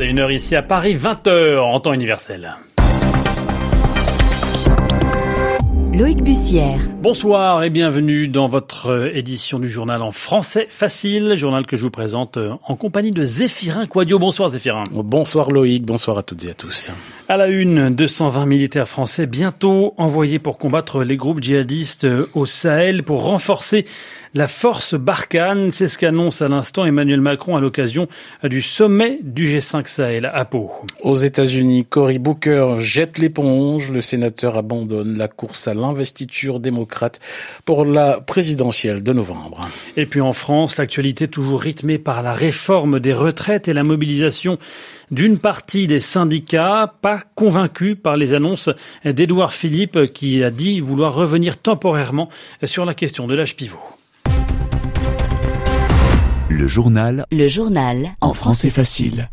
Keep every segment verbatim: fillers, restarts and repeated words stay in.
vingt et une heures ici à Paris, vingt heures en temps universel. Loïc Bussière. Bonsoir et bienvenue dans votre édition du journal en français facile, journal que je vous présente en compagnie de Zéphirin Quadio. Bonsoir Zéphirin. Bonsoir Loïc, bonsoir à toutes et à tous. À la une, deux cent vingt militaires français bientôt envoyés pour combattre les groupes djihadistes au Sahel pour renforcer la force Barkhane. C'est ce qu'annonce à l'instant Emmanuel Macron à l'occasion du sommet du G cinq Sahel à Pau. Aux États-Unis, Cory Booker jette l'éponge. Le sénateur abandonne la course à l'investiture démocrate pour la présidentielle de novembre. Et puis en France, l'actualité toujours rythmée par la réforme des retraites et la mobilisation d'une partie des syndicats, pas convaincus par les annonces d'Édouard Philippe qui a dit vouloir revenir temporairement sur la question de l'âge pivot. Le journal. Le journal. En français facile.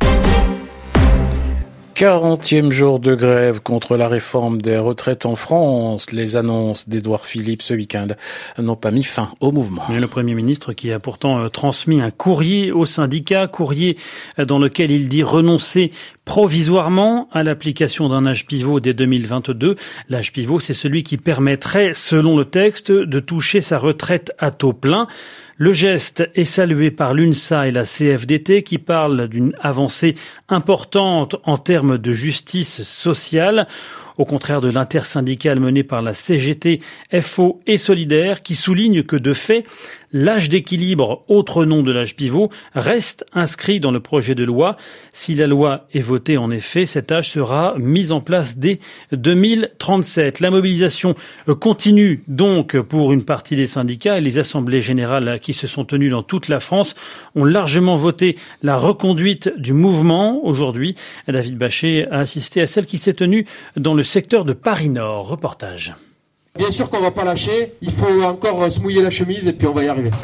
quarantième jour de grève contre la réforme des retraites en France. Les annonces d'Édouard Philippe ce week-end n'ont pas mis fin au mouvement. Et le Premier ministre qui a pourtant transmis un courrier au syndicat, courrier dans lequel il dit renoncer provisoirement à l'application d'un âge pivot dès deux mille vingt-deux. L'âge pivot, c'est celui qui permettrait, selon le texte, de toucher sa retraite à taux plein. Le geste est salué par l'UNSA et la C F D T qui parlent d'une avancée importante en termes de justice sociale. Au contraire de l'intersyndicale menée par la C G T, F O et Solidaire qui souligne que de fait, l'âge d'équilibre, autre nom de l'âge pivot, reste inscrit dans le projet de loi. Si la loi est votée en effet, cet âge sera mis en place dès deux mille trente-sept. La mobilisation continue donc pour une partie des syndicats et les assemblées générales qui se sont tenues dans toute la France ont largement voté la reconduite du mouvement. Aujourd'hui, David Bachet a assisté à celle qui s'est tenue dans le secteur de Paris-Nord. Reportage. Bien sûr qu'on va pas lâcher, il faut encore se mouiller la chemise et puis on va y arriver.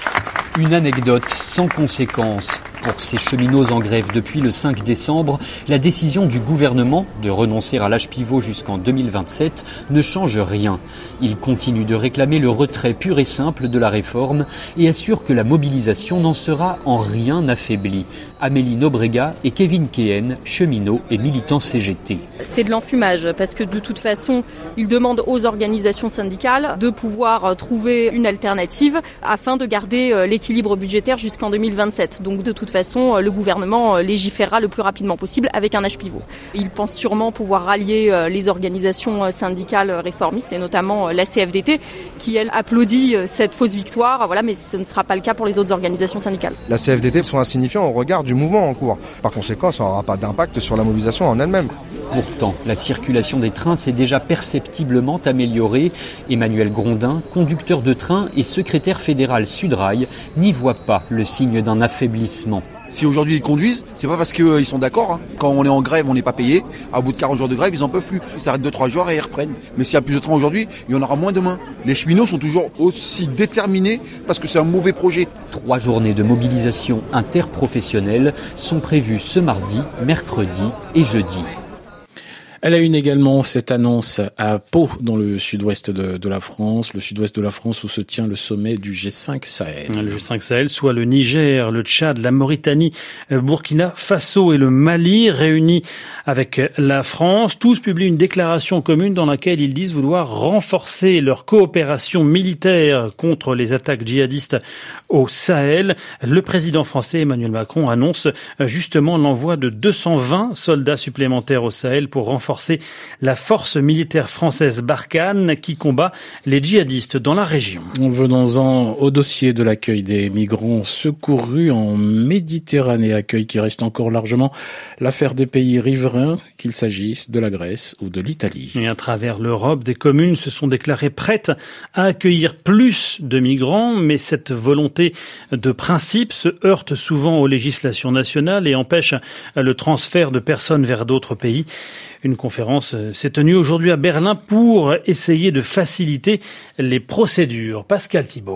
Une anecdote sans conséquence. Pour ces cheminots en grève depuis le cinq décembre, la décision du gouvernement de renoncer à l'âge pivot jusqu'en deux mille vingt-sept ne change rien. Ils continuent de réclamer le retrait pur et simple de la réforme et assurent que la mobilisation n'en sera en rien affaiblie. Amélie Nobrega et Kevin Kehen, cheminots et militants C G T. C'est de l'enfumage parce que de toute façon, ils demandent aux organisations syndicales de pouvoir trouver une alternative afin de garder l'équilibre budgétaire jusqu'en deux mille vingt-sept. Donc de toute façon, le gouvernement légiférera le plus rapidement possible avec un âge pivot. Ils pensent sûrement pouvoir rallier les organisations syndicales réformistes et notamment la C F D T qui, elle, applaudit cette fausse victoire. Voilà, mais ce ne sera pas le cas pour les autres organisations syndicales. La C F D T sont insignifiants au regard du mouvement en cours. Par conséquent, ça n'aura pas d'impact sur la mobilisation en elle-même. Pourtant, la circulation des trains s'est déjà perceptiblement améliorée. Emmanuel Grondin, conducteur de train et secrétaire fédéral Sudrail, n'y voit pas le signe d'un affaiblissement. Si aujourd'hui ils conduisent, c'est pas parce qu'ils euh, sont d'accord. Hein. Quand on est en grève, on n'est pas payé. À bout de quarante jours de grève, ils en peuvent plus. Ils s'arrêtent deux trois jours et ils reprennent. Mais s'il y a plus de trains aujourd'hui, il y en aura moins demain. Les cheminots sont toujours aussi déterminés parce que c'est un mauvais projet. Trois journées de mobilisation interprofessionnelle sont prévues ce mardi, mercredi et jeudi. Elle a une également cette annonce à Pau, dans le sud-ouest de, de la France, le sud-ouest de la France où se tient le sommet du G cinq Sahel. Le G cinq Sahel, soit le Niger, le Tchad, la Mauritanie, Burkina Faso et le Mali réunis avec la France. Tous publient une déclaration commune dans laquelle ils disent vouloir renforcer leur coopération militaire contre les attaques djihadistes au Sahel. Le président français Emmanuel Macron annonce justement l'envoi de deux cent vingt soldats supplémentaires au Sahel pour renforcer la force militaire française Barkhane qui combat les djihadistes dans la région. Venons-en au dossier de l'accueil des migrants secourus en Méditerranée, accueil qui reste encore largement l'affaire des pays riverains, qu'il s'agisse de la Grèce ou de l'Italie. Et à travers l'Europe, des communes se sont déclarées prêtes à accueillir plus de migrants, mais cette volonté de principe se heurte souvent aux législations nationales et empêche le transfert de personnes vers d'autres pays. Une conférence s'est tenue aujourd'hui à Berlin pour essayer de faciliter les procédures. Pascal Thibault.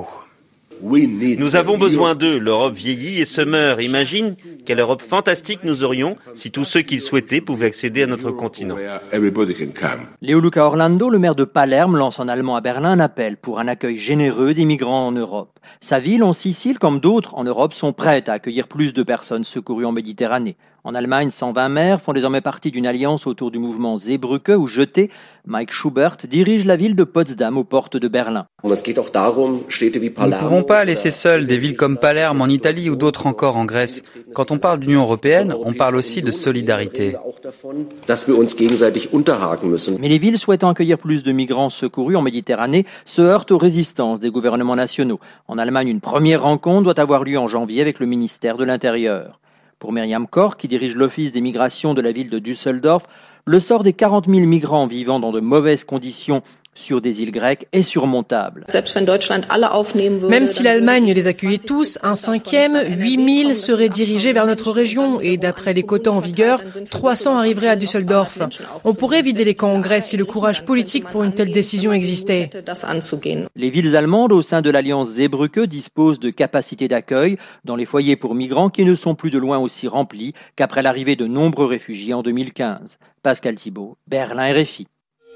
Nous avons besoin d'eux. L'Europe vieillit et se meurt. Imagine quelle Europe fantastique nous aurions si tous ceux qui le souhaitaient pouvaient accéder à notre continent. Leoluca Orlando, le maire de Palerme, lance en allemand à Berlin un appel pour un accueil généreux des migrants en Europe. Sa ville, en Sicile, comme d'autres en Europe, sont prêtes à accueillir plus de personnes secourues en Méditerranée. En Allemagne, cent vingt maires font désormais partie d'une alliance autour du mouvement Seebrücke ou Jeté. Mike Schubert dirige la ville de Potsdam aux portes de Berlin. Nous ne pouvons pas laisser seules des villes comme Palerme en Italie ou d'autres encore en Grèce. Quand on parle d'Union européenne, on parle aussi de solidarité. Mais les villes souhaitant accueillir plus de migrants secourus en Méditerranée se heurtent aux résistances des gouvernements nationaux. En Allemagne, une première rencontre doit avoir lieu en janvier avec le ministère de l'Intérieur. Pour Myriam Koch, qui dirige l'office des migrations de la ville de Düsseldorf, le sort des quarante mille migrants vivant dans de mauvaises conditions sur des îles grecques est surmontable. Même si l'Allemagne les accueillait tous, un cinquième, huit mille seraient dirigés vers notre région et d'après les quotas en vigueur, trois cents arriveraient à Düsseldorf. On pourrait vider les camps en Grèce si le courage politique pour une telle décision existait. Les villes allemandes au sein de l'alliance Seebrücke disposent de capacités d'accueil dans les foyers pour migrants qui ne sont plus de loin aussi remplis qu'après l'arrivée de nombreux réfugiés en deux mille quinze. Pascal Thibault, Berlin R F I.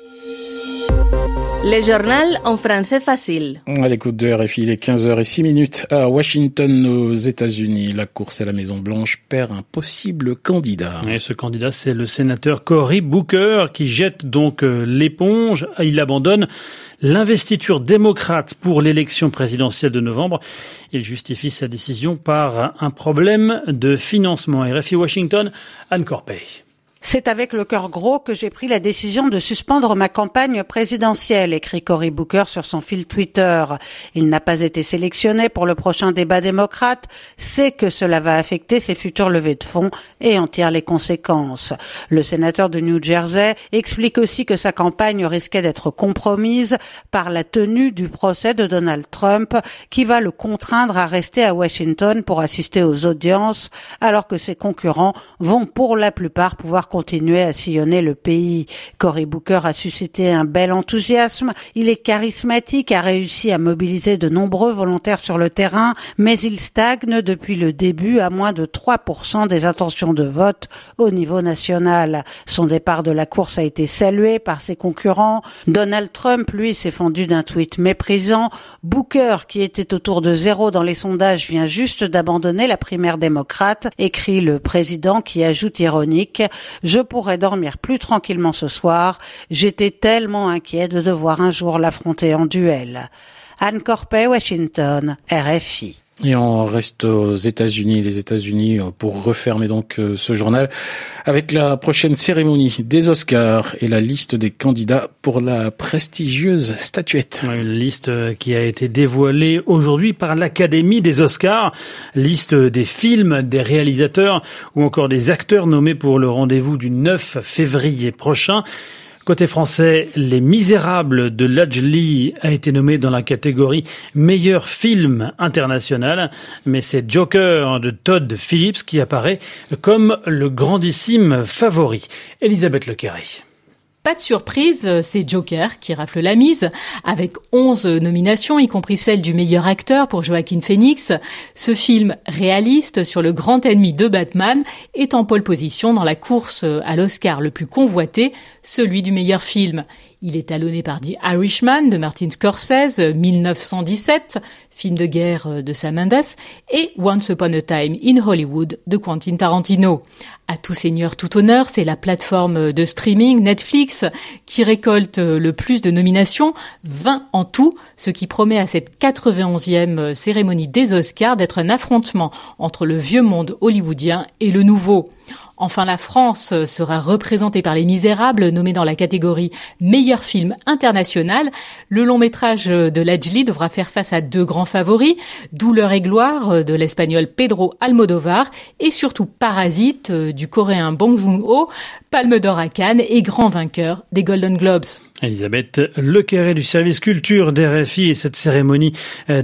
Le journal en français facile. À l'écoute de R F I, il est quinze heures six minutes à Washington, aux États-Unis. La course à la Maison-Blanche perd un possible candidat. Et ce candidat, c'est le sénateur Cory Booker qui jette donc l'éponge. Il abandonne l'investiture démocrate pour l'élection présidentielle de novembre. Il justifie sa décision par un problème de financement. R F I Washington, Anne Corpey. C'est avec le cœur gros que j'ai pris la décision de suspendre ma campagne présidentielle, écrit Cory Booker sur son fil Twitter. Il n'a pas été sélectionné pour le prochain débat démocrate, sait que cela va affecter ses futures levées de fonds et en tire les conséquences. Le sénateur de New Jersey explique aussi que sa campagne risquait d'être compromise par la tenue du procès de Donald Trump qui va le contraindre à rester à Washington pour assister aux audiences alors que ses concurrents vont pour la plupart pouvoir continuer à sillonner le pays. Cory Booker a suscité un bel enthousiasme. Il est charismatique, a réussi à mobiliser de nombreux volontaires sur le terrain, mais il stagne depuis le début à moins de trois pour cent des intentions de vote au niveau national. Son départ de la course a été salué par ses concurrents. Donald Trump, lui, s'est fendu d'un tweet méprisant. Booker, qui était autour de zéro dans les sondages, vient juste d'abandonner la primaire démocrate, écrit le président qui ajoute ironique: je pourrais dormir plus tranquillement ce soir. J'étais tellement inquiet de devoir un jour l'affronter en duel. Anne Corpey, Washington, R F I. Et on reste aux États-Unis, les États-Unis, pour refermer donc ce journal avec la prochaine cérémonie des Oscars et la liste des candidats pour la prestigieuse statuette. Une liste qui a été dévoilée aujourd'hui par l'Académie des Oscars, liste des films, des réalisateurs ou encore des acteurs nommés pour le rendez-vous du neuf février prochain. Côté français, Les Misérables de Lajli a été nommé dans la catégorie meilleur film international, mais c'est Joker de Todd Phillips qui apparaît comme le grandissime favori. Elisabeth Lequerry. Pas de surprise, c'est Joker qui rafle la mise, avec onze nominations, y compris celle du meilleur acteur pour Joaquin Phoenix. Ce film réaliste sur le grand ennemi de Batman est en pole position dans la course à l'Oscar le plus convoité, celui du meilleur film. Il est talonné par The Irishman de Martin Scorsese, mille neuf cent dix-sept, film de guerre de Sam Mendes, et Once Upon a Time in Hollywood de Quentin Tarantino. À tout seigneur, tout honneur, c'est la plateforme de streaming Netflix qui récolte le plus de nominations, vingt en tout, ce qui promet à cette quatre-vingt-onzième cérémonie des Oscars d'être un affrontement entre le vieux monde hollywoodien et le nouveau. Enfin, la France sera représentée par Les Misérables, nommé dans la catégorie meilleur film international. Le long métrage de Lajli devra faire face à deux grands favoris, Douleur et gloire de l'espagnol Pedro Almodóvar et surtout Parasite du coréen Bong Joon-ho, Palme d'or à Cannes et grand vainqueur des Golden Globes. Elisabeth Lequerry du service culture d'R F I, et cette cérémonie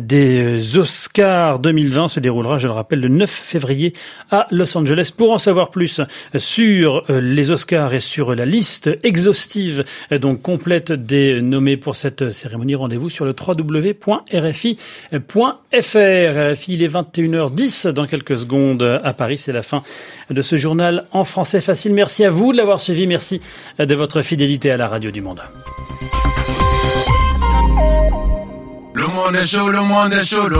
des Oscars deux mille vingt se déroulera, je le rappelle, le neuf février à Los Angeles. Pour en savoir plus sur les Oscars et sur la liste exhaustive, donc complète des nommés pour cette cérémonie, rendez-vous sur le w w w point r f i point f r. R F I, il est vingt et une heures dix dans quelques secondes à Paris. C'est la fin de ce journal en français facile. Merci à vous de l'avoir suivi. Merci de votre fidélité à la radio du Monde. Le monde est chaud, le monde est chaud.